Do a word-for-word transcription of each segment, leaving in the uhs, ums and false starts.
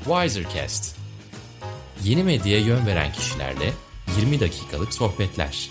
Wisercast. Yeni medyaya yön veren kişilerle yirmi dakikalık sohbetler.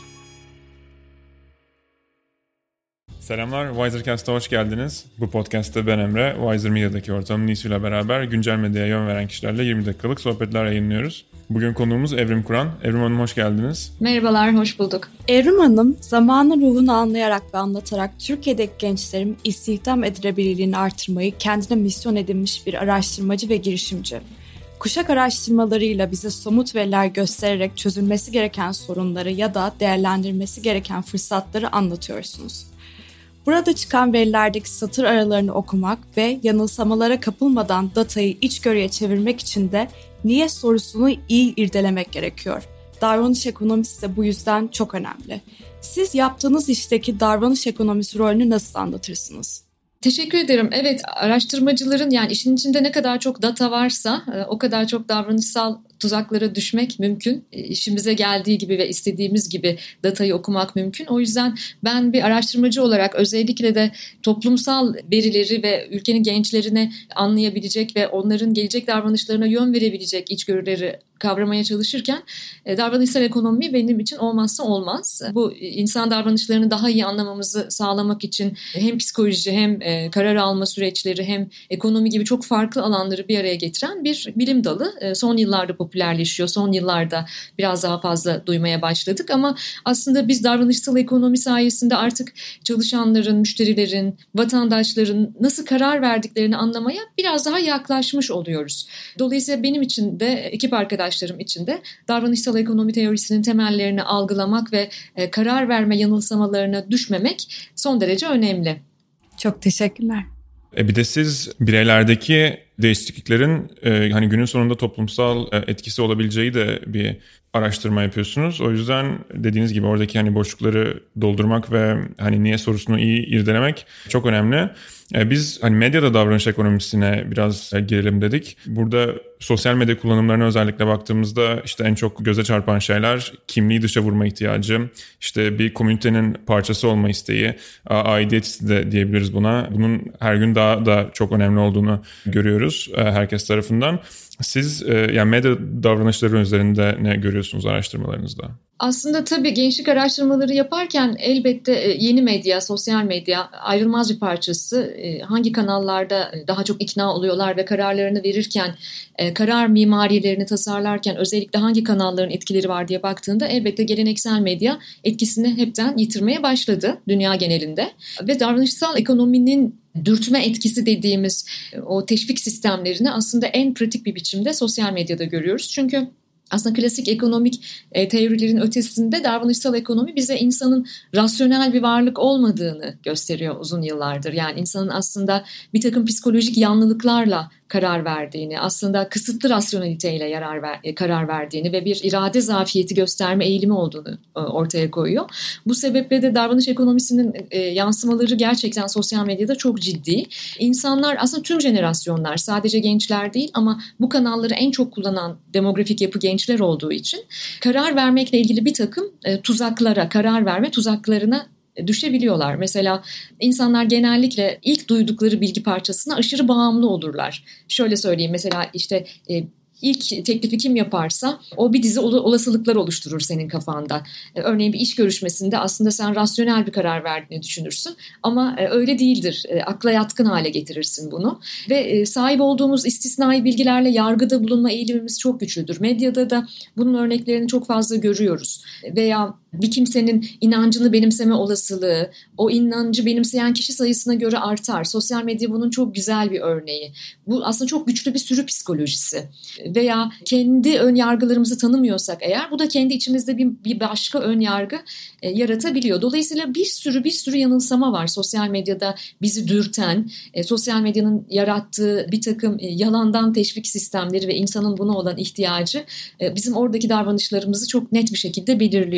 Selamlar, Wisercast'a hoş geldiniz. Bu podcast'te ben Emre, Wiser Media'daki ortamım Nisu ile beraber güncel medyaya yön veren kişilerle yirmi dakikalık sohbetler yayınlıyoruz. Bugün konuğumuz Evrim Kur'an. Evrim Hanım hoş geldiniz. Merhabalar, hoş bulduk. Evrim Hanım, zamanın ruhunu anlayarak ve anlatarak Türkiye'deki gençlerin istihdam edilebilirliğini artırmayı kendine misyon edinmiş bir araştırmacı ve girişimci. Kuşak araştırmalarıyla bize somut veriler göstererek çözülmesi gereken sorunları ya da değerlendirmesi gereken fırsatları anlatıyorsunuz. Burada çıkan verilerdeki satır aralarını okumak ve yanılsamalara kapılmadan datayı içgörüye çevirmek için de niye sorusunu iyi irdelemek gerekiyor. Davranış ekonomisi de bu yüzden çok önemli. Siz yaptığınız işteki davranış ekonomisi rolünü nasıl anlatırsınız? Teşekkür ederim. Evet, araştırmacıların yani işin içinde ne kadar çok data varsa o kadar çok davranışsal tuzaklara düşmek mümkün. İşimize geldiği gibi ve istediğimiz gibi datayı okumak mümkün. O yüzden ben bir araştırmacı olarak özellikle de toplumsal verileri ve ülkenin gençlerine anlayabilecek ve onların gelecek davranışlarına yön verebilecek içgörüleri kavramaya çalışırken davranışsal ekonomi benim için olmazsa olmaz. Bu insan davranışlarını daha iyi anlamamızı sağlamak için hem psikoloji hem karar alma süreçleri hem ekonomi gibi çok farklı alanları bir araya getiren bir bilim dalı. Son yıllarda popülerleşiyor. Son yıllarda biraz daha fazla duymaya başladık ama aslında biz davranışsal ekonomi sayesinde artık çalışanların, müşterilerin, vatandaşların nasıl karar verdiklerini anlamaya biraz daha yaklaşmış oluyoruz. Dolayısıyla benim için de ekip arkadaşlarım için de davranışsal ekonomi teorisinin temellerini algılamak ve karar verme yanılsamalarına düşmemek son derece önemli. Çok teşekkürler. E bir de siz bireylerdeki değişikliklerin e, hani günün sonunda toplumsal e, etkisi olabileceği de bir araştırma yapıyorsunuz. O yüzden dediğiniz gibi oradaki hani boşlukları doldurmak ve hani niye sorusunu iyi irdelemek çok önemli. E, biz hani medyada davranış ekonomisine biraz e, girelim dedik. Burada sosyal medya kullanımlarına özellikle baktığımızda işte en çok göze çarpan şeyler kimliği dışa vurma ihtiyacı, işte bir komünitenin parçası olma isteği, aidiyet hissi de diyebiliriz buna. Bunun her gün daha da çok önemli olduğunu görüyoruz e, herkes tarafından. Siz e, yani medya davranışları üzerinde ne görüyorsunuz araştırmalarınızda? Aslında tabii gençlik araştırmaları yaparken elbette yeni medya, sosyal medya ayrılmaz bir parçası. Hangi kanallarda daha çok ikna oluyorlar ve kararlarını verirken, karar mimarilerini tasarlarken özellikle hangi kanalların etkileri var diye baktığında elbette geleneksel medya etkisini hepten yitirmeye başladı dünya genelinde. Ve davranışsal ekonominin dürtme etkisi dediğimiz o teşvik sistemlerini aslında en pratik bir biçimde sosyal medyada görüyoruz. Çünkü aslında klasik ekonomik e, teorilerin ötesinde davranışsal ekonomi bize insanın rasyonel bir varlık olmadığını gösteriyor uzun yıllardır. Yani insanın aslında bir takım psikolojik yanlılıklarla karar verdiğini, aslında kısıtlı rasyoneliteyle yarar ver, karar verdiğini ve bir irade zafiyeti gösterme eğilimi olduğunu e, ortaya koyuyor. Bu sebeple de davranış ekonomisinin e, yansımaları gerçekten sosyal medyada çok ciddi. İnsanlar aslında tüm jenerasyonlar, sadece gençler değil ama bu kanalları en çok kullanan demografik yapı gençler olduğu için karar vermekle ilgili bir takım e, tuzaklara, karar verme tuzaklarına düşebiliyorlar. Mesela insanlar genellikle ilk duydukları bilgi parçasına aşırı bağımlı olurlar. Şöyle söyleyeyim, mesela işte e, İlk teklifi kim yaparsa o bir dizi olasılıklar oluşturur senin kafanda. Örneğin bir iş görüşmesinde aslında sen rasyonel bir karar verdiğini düşünürsün ama öyle değildir. Akla yatkın hale getirirsin bunu. Ve sahip olduğumuz istisnai bilgilerle yargıda bulunma eğilimimiz çok güçlüdür. Medyada da bunun örneklerini çok fazla görüyoruz. Veya bir kimsenin inancını benimseme olasılığı, o inancı benimseyen kişi sayısına göre artar. Sosyal medya bunun çok güzel bir örneği. Bu aslında çok güçlü bir sürü psikolojisi. Veya kendi ön yargılarımızı tanımıyorsak eğer, bu da kendi içimizde bir, bir başka ön yargı e, yaratabiliyor. Dolayısıyla bir sürü bir sürü yanılsama var sosyal medyada bizi dürten, e, sosyal medyanın yarattığı bir takım e, yalandan teşvik sistemleri ve insanın buna olan ihtiyacı e, bizim oradaki davranışlarımızı çok net bir şekilde belirliyor.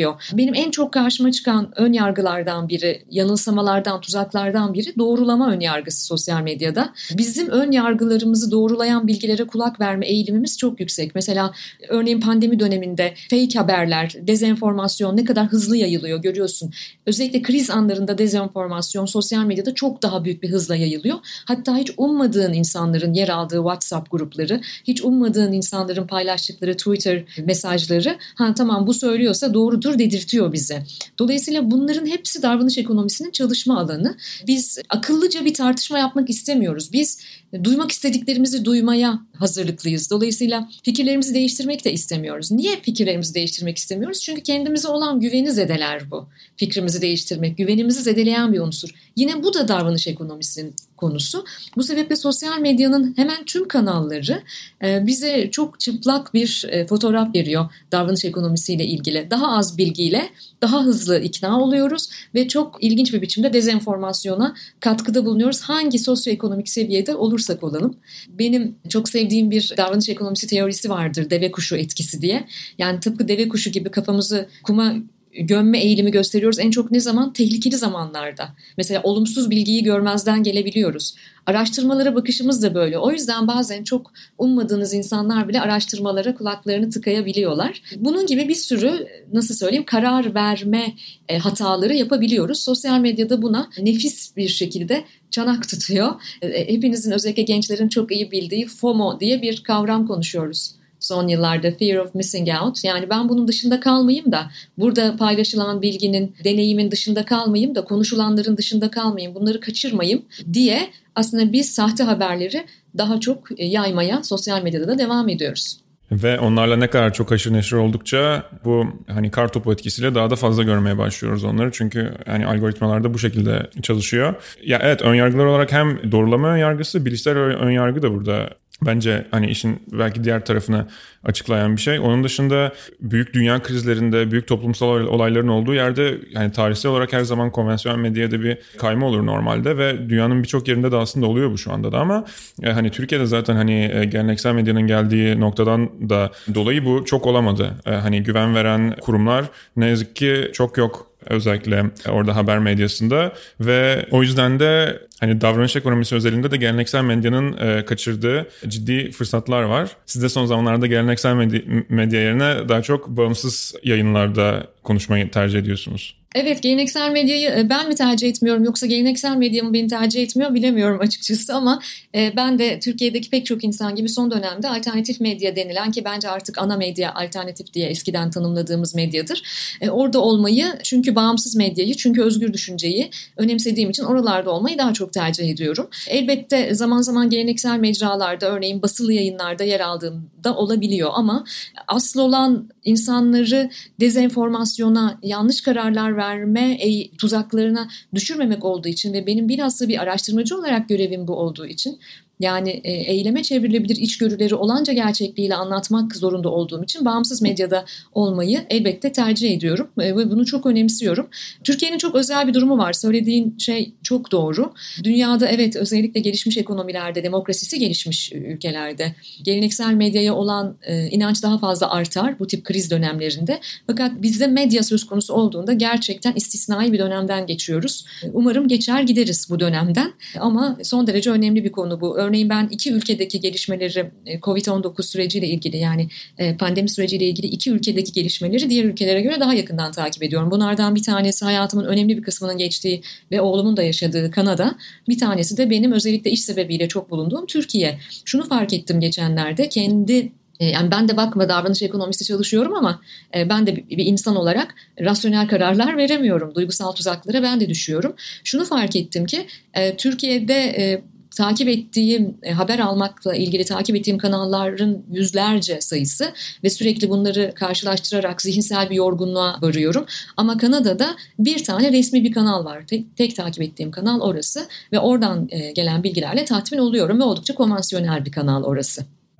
benim en çok karşıma çıkan ön yargılardan biri, yanılsamalardan, tuzaklardan biri doğrulama ön yargısı sosyal medyada. Bizim ön yargılarımızı doğrulayan bilgilere kulak verme eğilimimiz çok yüksek. Mesela örneğin pandemi döneminde fake haberler, dezenformasyon ne kadar hızlı yayılıyor görüyorsun. Özellikle kriz anlarında dezenformasyon sosyal medyada çok daha büyük bir hızla yayılıyor. Hatta hiç ummadığın insanların yer aldığı WhatsApp grupları, hiç ummadığın insanların paylaştıkları Twitter mesajları, ha tamam bu söylüyorsa doğrudur dedirtiyor bize. Dolayısıyla bunların hepsi davranış ekonomisinin çalışma alanı. Biz akıllıca bir tartışma yapmak istemiyoruz. Biz duymak istediklerimizi duymaya hazırlıklıyız. Dolayısıyla fikirlerimizi değiştirmek de istemiyoruz. Niye fikirlerimizi değiştirmek istemiyoruz? Çünkü kendimize olan güveni zedeler bu. Fikrimizi değiştirmek, güvenimizi zedeleyen bir unsur. Yine bu da davranış ekonomisinin konusu. Bu sebeple sosyal medyanın hemen tüm kanalları bize çok çıplak bir fotoğraf veriyor davranış ekonomisiyle ilgili. Daha az bilgiyle daha hızlı ikna oluyoruz ve çok ilginç bir biçimde dezenformasyona katkıda bulunuyoruz. Hangi sosyoekonomik seviyede olursak olalım. Benim çok sevdiğim bir davranış ekonomisi teorisi vardır, deve kuşu etkisi diye. Yani tıpkı deve kuşu gibi kafamızı kuma gömme eğilimi gösteriyoruz. En çok ne zaman? Tehlikeli zamanlarda. Mesela olumsuz bilgiyi görmezden gelebiliyoruz. Araştırmalara bakışımız da böyle. O yüzden bazen çok ummadığınız insanlar bile araştırmalara kulaklarını tıkayabiliyorlar. Bunun gibi bir sürü, nasıl söyleyeyim, karar verme hataları yapabiliyoruz. Sosyal medyada buna nefis bir şekilde çanak tutuyor. Hepinizin, özellikle gençlerin çok iyi bildiği FOMO diye bir kavram konuşuyoruz son yıllarda, fear of missing out. Yani ben bunun dışında kalmayayım da, burada paylaşılan bilginin, deneyimin dışında kalmayayım da, konuşulanların dışında kalmayayım, bunları kaçırmayayım diye aslında biz sahte haberleri daha çok yaymaya sosyal medyada da devam ediyoruz. Ve onlarla ne kadar çok haşır neşir oldukça bu hani kartopu etkisiyle daha da fazla görmeye başlıyoruz onları. Çünkü hani algoritmalar da bu şekilde çalışıyor. Ya evet, önyargılar olarak hem doğrulama önyargısı, bilişsel önyargı da burada bence hani işin belki diğer tarafını açıklayan bir şey. Onun dışında büyük dünya krizlerinde, büyük toplumsal olayların olduğu yerde yani tarihsel olarak her zaman konvansiyonel medyada bir kayma olur normalde ve dünyanın birçok yerinde de aslında oluyor bu şu anda da, ama e, hani Türkiye'de zaten hani e, geleneksel medyanın geldiği noktadan da dolayı bu çok olamadı. E, hani güven veren kurumlar ne yazık ki çok yok. Özellikle orada haber medyasında ve o yüzden de hani davranış ekonomisi özelinde de geleneksel medyanın e, kaçırdığı ciddi fırsatlar var. Siz de son zamanlarda geleneksel medya, medya yerine daha çok bağımsız yayınlarda konuşmayı tercih ediyorsunuz. Evet, geleneksel medyayı ben mi tercih etmiyorum yoksa geleneksel medya mı beni tercih etmiyor bilemiyorum açıkçası, ama ben de Türkiye'deki pek çok insan gibi son dönemde alternatif medya denilen, ki bence artık ana medya alternatif diye eskiden tanımladığımız medyadır. Orada olmayı, çünkü bağımsız medyayı, çünkü özgür düşünceyi önemsediğim için oralarda olmayı daha çok tercih ediyorum. Elbette zaman zaman geleneksel mecralarda, örneğin basılı yayınlarda yer aldığımda olabiliyor, ama asıl olan insanları dezenformasyona, yanlış kararlar verme tuzaklarına düşürmemek olduğu için ve benim bilhassa bir araştırmacı olarak görevim bu olduğu için, yani eyleme çevrilebilir içgörüleri olanca gerçekliğiyle anlatmak zorunda olduğum için bağımsız medyada olmayı elbette tercih ediyorum ve bunu çok önemsiyorum. Türkiye'nin çok özel bir durumu var. Söylediğin şey çok doğru. Dünyada evet, özellikle gelişmiş ekonomilerde, demokrasisi gelişmiş ülkelerde geleneksel medyaya olan inanç daha fazla artar bu tip kriz dönemlerinde. Fakat bizde medya söz konusu olduğunda gerçekten istisnai bir dönemden geçiyoruz. Umarım geçer gideriz bu dönemden, ama son derece önemli bir konu bu. Örneğin ben iki ülkedeki gelişmeleri, kovid on dokuz süreciyle ilgili, yani pandemi süreciyle ilgili iki ülkedeki gelişmeleri diğer ülkelere göre daha yakından takip ediyorum. Bunlardan bir tanesi hayatımın önemli bir kısmının geçtiği ve oğlumun da yaşadığı Kanada. Bir tanesi de benim özellikle iş sebebiyle çok bulunduğum Türkiye. Şunu fark ettim geçenlerde, kendi yani ben de bakma davranış ekonomisi çalışıyorum, ama ben de bir insan olarak rasyonel kararlar veremiyorum. Duygusal tuzaklara ben de düşüyorum. Şunu fark ettim ki Türkiye'de takip ettiğim, haber almakla ilgili takip ettiğim kanalların yüzlerce sayısı ve sürekli bunları karşılaştırarak zihinsel bir yorgunluğa varıyorum. Ama Kanada'da bir tane resmi bir kanal var. Tek, tek takip ettiğim kanal orası ve oradan gelen bilgilerle tatmin oluyorum ve oldukça konvansiyonel bir kanal orası.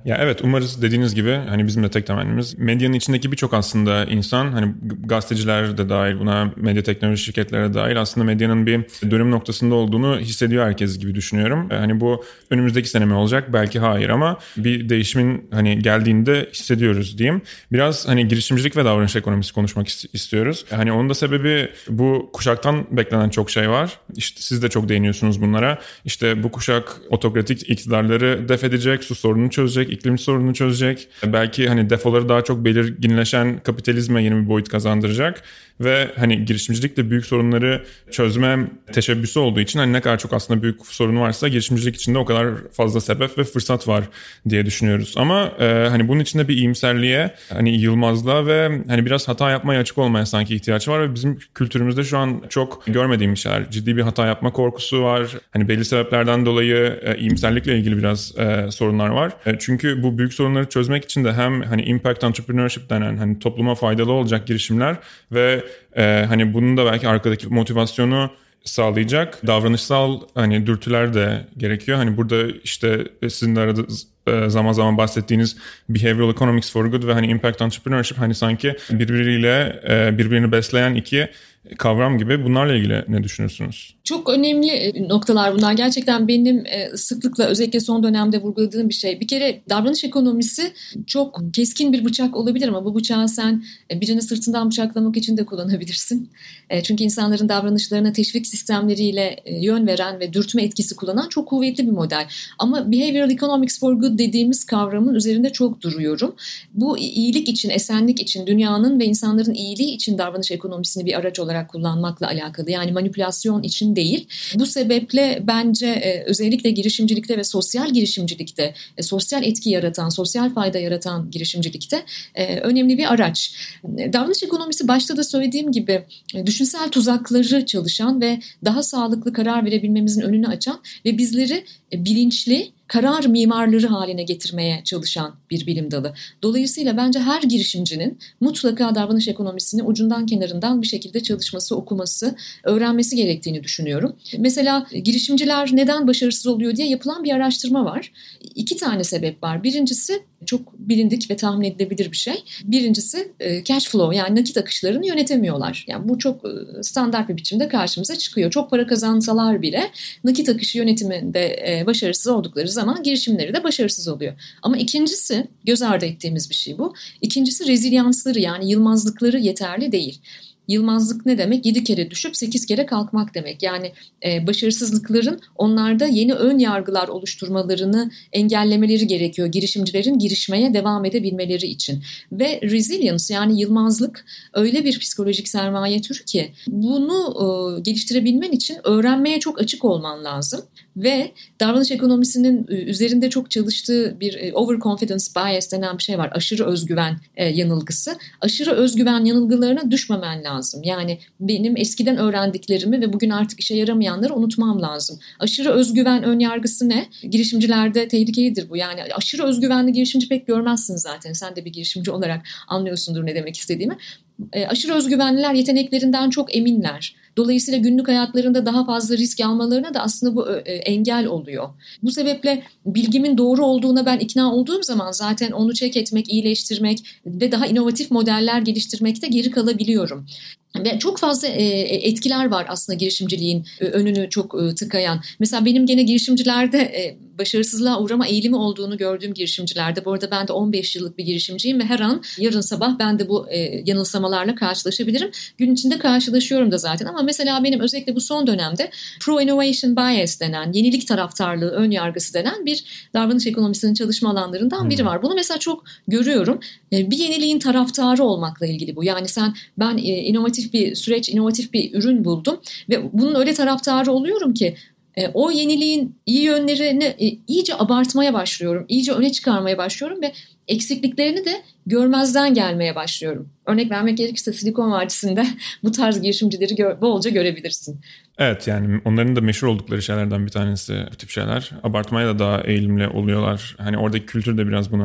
Ya evet, umarız dediğiniz gibi hani bizim de tek temennimiz medyanın içindeki birçok aslında insan, hani gazeteciler de dahil buna, medya teknoloji şirketleri de dahil, aslında medyanın bir dönüm noktasında olduğunu hissediyor herkes gibi düşünüyorum. Hani bu önümüzdeki sene mi olacak? Belki hayır, ama bir değişimin hani geldiğinde hissediyoruz diyeyim. Biraz hani girişimcilik ve davranış ekonomisi konuşmak istiyoruz. Hani onun da sebebi bu kuşaktan beklenen çok şey var. İşte siz de çok değiniyorsunuz bunlara. İşte bu kuşak otokratik iktidarları def edecek, su sorununu çözecek, iklim sorununu çözecek. Belki hani defoları daha çok belirginleşen kapitalizme yeni bir boyut kazandıracak. Ve hani girişimcilik de büyük sorunları çözme teşebbüsü olduğu için hani ne kadar çok aslında büyük sorun varsa girişimcilik içinde o kadar fazla sebep ve fırsat var diye düşünüyoruz. Ama e, hani bunun içinde bir iyimserliğe, hani yılmazlığa ve hani biraz hata yapmaya açık olmaya sanki ihtiyaç var ve bizim kültürümüzde şu an çok görmediğim şeyler. Ciddi bir hata yapma korkusu var. Hani belli sebeplerden dolayı e, iyimserlikle ilgili biraz e, sorunlar var. E, çünkü bu büyük sorunları çözmek için de hem hani impact entrepreneurship denen hani topluma faydalı olacak girişimler ve Ee, hani bunun da belki arkadaki motivasyonu sağlayacak davranışsal hani dürtüler de gerekiyor. Hani burada işte sizin de arada zaman zaman bahsettiğiniz behavioral economics for good ve hani impact entrepreneurship hani sanki birbiriyle birbirini besleyen iki kavram gibi. Bunlarla ilgili ne düşünürsünüz? Çok önemli noktalar bunlar. Gerçekten benim sıklıkla özellikle son dönemde vurguladığım bir şey. Bir kere davranış ekonomisi çok keskin bir bıçak olabilir ama bu bıçağı sen birini sırtından bıçaklamak için de kullanabilirsin. Çünkü insanların davranışlarına teşvik sistemleriyle yön veren ve dürtme etkisi kullanan çok kuvvetli bir model. Ama behavioral economics for good dediğimiz kavramın üzerinde çok duruyorum. Bu iyilik için, esenlik için, dünyanın ve insanların iyiliği için davranış ekonomisini bir araç olarak kullanmakla alakalı. Yani manipülasyon için değil. Bu sebeple bence e, özellikle girişimcilikte ve sosyal girişimcilikte, e, sosyal etki yaratan, sosyal fayda yaratan girişimcilikte e, önemli bir araç. E, davranış ekonomisi başta da söylediğim gibi e, düşünsel tuzakları çalışan ve daha sağlıklı karar verebilmemizin önünü açan ve bizleri e, bilinçli karar mimarları haline getirmeye çalışan bir bilim dalı. Dolayısıyla bence her girişimcinin mutlaka davranış ekonomisini ucundan kenarından bir şekilde çalışması, okuması, öğrenmesi gerektiğini düşünüyorum. Mesela girişimciler neden başarısız oluyor diye yapılan bir araştırma var. İki tane sebep var. Birincisi çok bilindik ve tahmin edilebilir bir şey. Birincisi cash flow, yani nakit akışlarını yönetemiyorlar. Yani bu çok standart bir biçimde karşımıza çıkıyor. Çok para kazansalar bile nakit akışı yönetiminde başarısız oldukları zaman girişimleri de başarısız oluyor. Ama ikincisi, göz ardı ettiğimiz bir şey bu. İkincisi rezilyansları, yani yılmazlıkları yeterli değil. Yılmazlık ne demek? Yedi kere düşüp sekiz kere kalkmak demek. Yani e, başarısızlıkların onlarda yeni ön yargılar oluşturmalarını engellemeleri gerekiyor. Girişimcilerin girişmeye devam edebilmeleri için. Ve resilience, yani yılmazlık öyle bir psikolojik sermaye türü ki bunu e, geliştirebilmen için öğrenmeye çok açık olman lazım. Ve davranış ekonomisinin üzerinde çok çalıştığı bir overconfidence bias denen bir şey var. Aşırı özgüven e, yanılgısı. Aşırı özgüven yanılgılarına düşmemen lazım. Yani benim eskiden öğrendiklerimi ve bugün artık işe yaramayanları unutmam lazım. Aşırı özgüven önyargısı ne? Girişimcilerde tehlikelidir bu. Yani aşırı özgüvenli girişimci pek görmezsin zaten. Sen de bir girişimci olarak anlıyorsundur ne demek istediğimi. E, aşırı özgüvenliler yeteneklerinden çok eminler. Dolayısıyla günlük hayatlarında daha fazla risk almalarına da aslında bu e, engel oluyor. Bu sebeple bilgimin doğru olduğuna ben ikna olduğum zaman zaten onu check etmek, iyileştirmek ve daha inovatif modeller geliştirmekte geri kalabiliyorum. Ve çok fazla etkiler var aslında girişimciliğin önünü çok tıkayan. Mesela benim gene girişimcilerde başarısızlığa uğrama eğilimi olduğunu gördüğüm girişimcilerde. Bu arada ben de on beş yıllık bir girişimciyim ve her an yarın sabah ben de bu yanılsamalarla karşılaşabilirim. Gün içinde karşılaşıyorum da zaten. Ama mesela benim özellikle bu son dönemde pro-innovation bias denen, yenilik taraftarlığı, ön yargısı denen bir davranış ekonomisinin çalışma alanlarından biri var. Bunu mesela çok görüyorum. Bir yeniliğin taraftarı olmakla ilgili bu. Yani sen ben inovatif bir süreç, inovatif bir ürün buldum ve bunun öyle taraftarı oluyorum ki e, o yeniliğin iyi yönlerini e, iyice abartmaya başlıyorum, iyice öne çıkarmaya başlıyorum ve eksikliklerini de görmezden gelmeye başlıyorum. Örnek vermek gerekirse Silikon Vadisi'nde bu tarz girişimcileri gö- bolca görebilirsin. Evet, yani onların da meşhur oldukları şeylerden bir tanesi bu tip şeyler. Abartmaya da daha eğilimli oluyorlar. Hani oradaki kültür de biraz bunu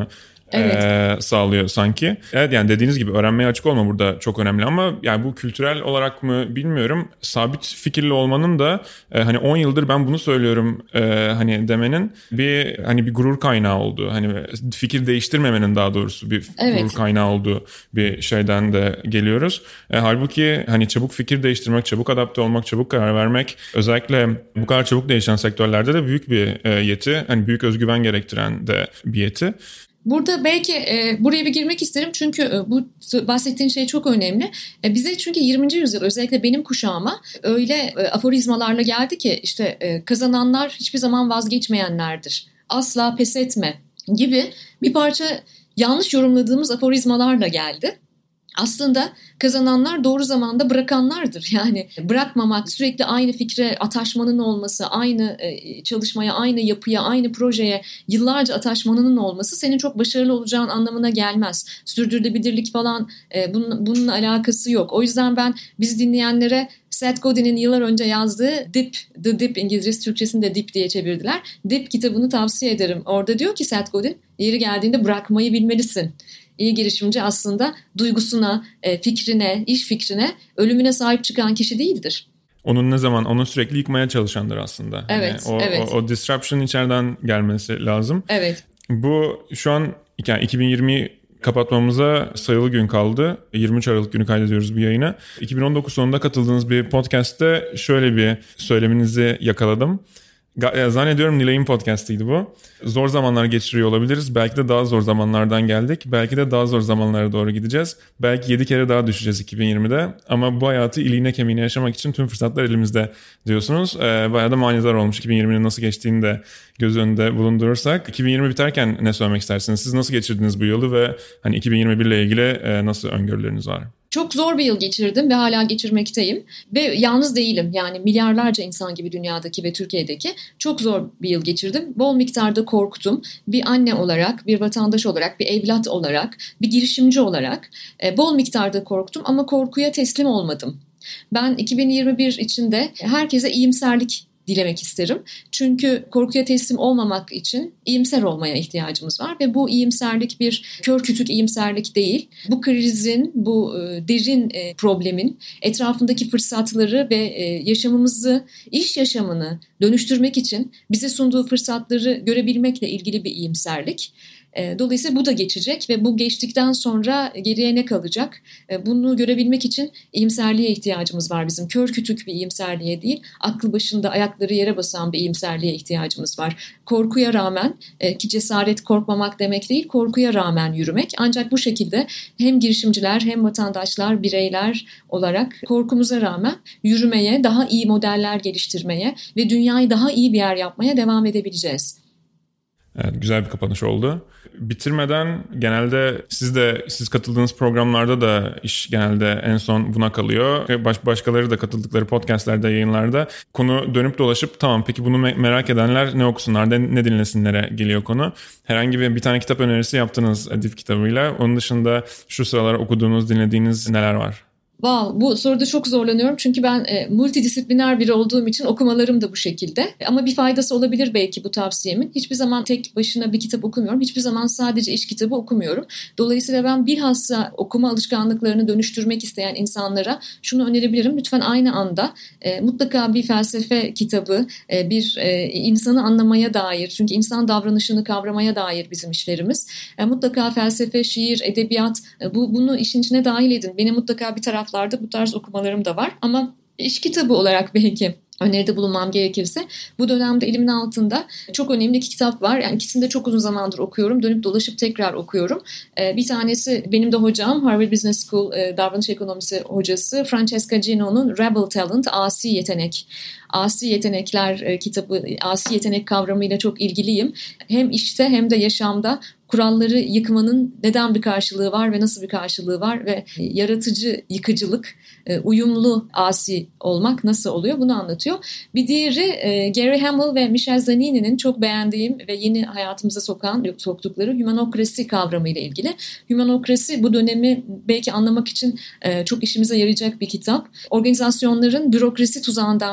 evet. e, sağlıyor sanki. Evet, yani dediğiniz gibi öğrenmeye açık olma burada çok önemli ama yani bu kültürel olarak mı bilmiyorum. Sabit fikirli olmanın da e, hani on yıldır ben bunu söylüyorum e, hani demenin bir hani bir gurur kaynağı olduğu, hani fikir değiştirmemenin daha doğrusu bir evet. gurur kaynağı olduğu bir şeyden de geliyoruz. E, halbuki hani çabuk fikir değiştirmek, çabuk adapte olmak, çabuk karar vermek özellikle bu kadar çabuk değişen sektörlerde de büyük bir e, yeti. Hani büyük özgüven gerektiren de bir yeti. Burada belki e, buraya bir girmek isterim çünkü e, bu bahsettiğin şey çok önemli. E, bize çünkü yirminci yüzyıl özellikle benim kuşağıma öyle e, aforizmalarla geldi ki işte e, kazananlar hiçbir zaman vazgeçmeyenlerdir. Asla pes etme gibi bir parça yanlış yorumladığımız aforizmalarla geldi. Aslında kazananlar doğru zamanda bırakanlardır. Yani bırakmamak, sürekli aynı fikre ataşmanın olması, aynı çalışmaya, aynı yapıya, aynı projeye yıllarca ataşmanın olması senin çok başarılı olacağın anlamına gelmez. Sürdürülebilirlik falan bunun, bununla alakası yok. O yüzden ben bizi dinleyenlere Seth Godin'in yıllar önce yazdığı Dip, The Dip, İngilizcesi Türkçesini de Dip diye çevirdiler. Dip kitabını tavsiye ederim. Orada diyor ki Seth Godin, yeri geldiğinde bırakmayı bilmelisin. İyi girişimci aslında duygusuna, fikrine, iş fikrine, ölümüne sahip çıkan kişi değildir. Onun ne zaman, onu sürekli yıkmaya çalışandır aslında. Evet, yani o, evet. O, o disruption içeriden gelmesi lazım. Evet. Bu şu an yani iki bin yirmi kapatmamıza sayılı gün kaldı. yirmi üç Aralık günü kaydediyoruz bu yayını. iki bin on dokuz sonunda katıldığınız bir podcast'te şöyle bir söyleminizi yakaladım. Zannediyorum Nilay'ın podcast'ıydı bu. Zor zamanlar geçiriyor olabiliriz. Belki de daha zor zamanlardan geldik. Belki de daha zor zamanlara doğru gideceğiz. Belki yedi kere daha düşeceğiz iki bin yirmide. Ama bu hayatı iliğine kemiğine yaşamak için tüm fırsatlar elimizde diyorsunuz. Ee, bayağı da manidar olmuş iki bin yirminin nasıl geçtiğini de göz önünde bulundurursak. iki bin yirmi biterken ne söylemek istersiniz? Siz nasıl geçirdiniz bu yılı ve hani iki bin yirmi bir ile ilgili nasıl öngörüleriniz var? Çok zor bir yıl geçirdim ve hala geçirmekteyim. Ve yalnız değilim. Yani milyarlarca insan gibi dünyadaki ve Türkiye'deki çok zor bir yıl geçirdim. Bol miktarda korktum. Bir anne olarak, bir vatandaş olarak, bir evlat olarak, bir girişimci olarak bol miktarda korktum ama korkuya teslim olmadım. Ben iki bin yirmi bir içinde herkese iyimserlik dilemek isterim. Çünkü korkuya teslim olmamak için iyimser olmaya ihtiyacımız var ve bu iyimserlik bir kör kütük iyimserlik değil. Bu krizin, bu derin problemin etrafındaki fırsatları ve yaşamımızı, iş yaşamını dönüştürmek için bize sunduğu fırsatları görebilmekle ilgili bir iyimserlik. Dolayısıyla bu da geçecek ve bu geçtikten sonra geriye ne kalacak? Bunu görebilmek için iyimserliğe ihtiyacımız var bizim. Kör kütük bir iyimserliğe değil, aklı başında ayakları yere basan bir iyimserliğe ihtiyacımız var. Korkuya rağmen, ki cesaret korkmamak demek değil, korkuya rağmen yürümek. Ancak bu şekilde hem girişimciler hem vatandaşlar, bireyler olarak korkumuza rağmen yürümeye, daha iyi modeller geliştirmeye ve dünyayı daha iyi bir yer yapmaya devam edebileceğiz. Evet, güzel bir kapanış oldu. Bitirmeden genelde siz de siz katıldığınız programlarda da iş genelde en son buna kalıyor. Baş, başkaları da katıldıkları podcastlerde, yayınlarda konu dönüp dolaşıp tamam peki bunu me- merak edenler ne okusunlar, ne, ne dinlesinlere geliyor konu. Herhangi bir bir tane kitap önerisi yaptınız Dip kitabıyla. Onun dışında şu sıralar okuduğunuz, dinlediğiniz neler var? Wow, bu soruda çok zorlanıyorum çünkü ben e, multidisipliner biri olduğum için okumalarım da bu şekilde. Ama bir faydası olabilir belki bu tavsiyemin. Hiçbir zaman tek başına bir kitap okumuyorum. Hiçbir zaman sadece iş kitabı okumuyorum. Dolayısıyla ben bilhassa okuma alışkanlıklarını dönüştürmek isteyen insanlara şunu önerebilirim. Lütfen aynı anda e, mutlaka bir felsefe kitabı, e, bir e, insanı anlamaya dair, çünkü insan davranışını kavramaya dair bizim işlerimiz. E, mutlaka felsefe, şiir, edebiyat, e, bu bunu işin içine dahil edin. Benim mutlaka bir taraf bu tarz okumalarım da var ama iş kitabı olarak belki öneride bulunmam gerekirse bu dönemde elimin altında çok önemli iki kitap var. Yani ikisini de çok uzun zamandır okuyorum. Dönüp dolaşıp tekrar okuyorum. Ee, bir tanesi benim de hocam, Harvard Business School e, davranış ekonomisi hocası Francesca Gino'nun Rebel Talent, Asi Yetenek. Asi Yetenekler e, kitabı, asi yetenek kavramıyla çok ilgiliyim. Hem işte hem de yaşamda kuralları yıkmanın neden bir karşılığı var ve nasıl bir karşılığı var ve yaratıcı yıkıcılık, uyumlu asi olmak nasıl oluyor bunu anlatıyor. Bir diğeri Gary Hamel ve Michel Zanini'nin çok beğendiğim ve yeni hayatımıza sokan, soktukları Humanokrasi kavramıyla ilgili. Humanokrasi bu dönemi belki anlamak için çok işimize yarayacak bir kitap. Organizasyonların bürokrasi tuzağından kurtulup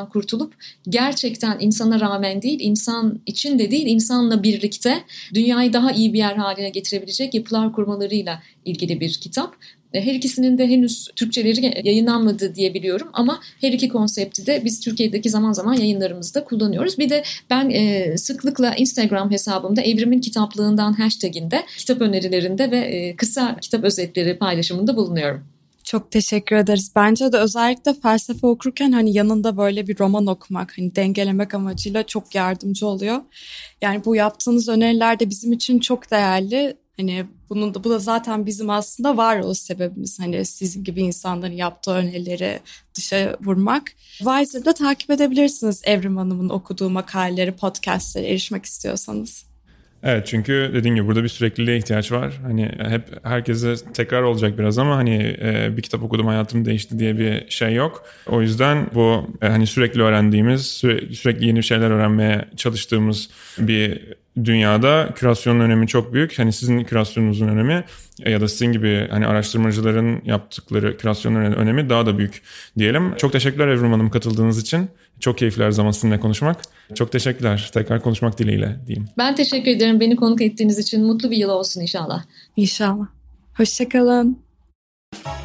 olup gerçekten insana rağmen değil, insan için de değil, insanla birlikte dünyayı daha iyi bir yer haline getirebilecek yapılar kurmalarıyla ilgili bir kitap. Her ikisinin de henüz Türkçeleri yayınlanmadı diye biliyorum ama her iki konsepti de biz Türkiye'deki zaman zaman yayınlarımızda kullanıyoruz. Bir de ben e, sıklıkla Instagram hesabımda Evrim'in kitaplığından hashtaginde kitap önerilerinde ve e, kısa kitap özetleri paylaşımında bulunuyorum. Çok teşekkür ederiz. Bence de özellikle felsefe okurken hani yanında böyle bir roman okumak, hani dengelemek amacıyla çok yardımcı oluyor. Yani bu yaptığınız öneriler de bizim için çok değerli. Hani bunun da bu da zaten bizim aslında varoluş sebebimiz. Hani sizin gibi insanların yaptığı önerileri dışa vurmak. Wiser'da takip edebilirsiniz Evrim Hanım'ın okuduğu makaleleri, podcastlere erişmek istiyorsanız. Evet, çünkü dediğim gibi burada bir sürekliliğe ihtiyaç var. Hani hep herkese tekrar olacak biraz ama hani bir kitap okudum hayatım değişti diye bir şey yok. O yüzden bu hani sürekli öğrendiğimiz, sürekli yeni şeyler öğrenmeye çalıştığımız bir dünyada kürasyonun önemi çok büyük. Hani sizin kürasyonunuzun önemi ya da sizin gibi hani araştırmacıların yaptıkları kürasyonların önemi daha da büyük diyelim. Çok teşekkürler Evrim Hanım katıldığınız için. Çok keyifli her zaman sizinle konuşmak. Çok teşekkürler. Tekrar konuşmak dileğiyle diyeyim. Ben teşekkür ederim beni konuk ettiğiniz için. Mutlu bir yıl olsun inşallah. İnşallah. Hoşça kalın.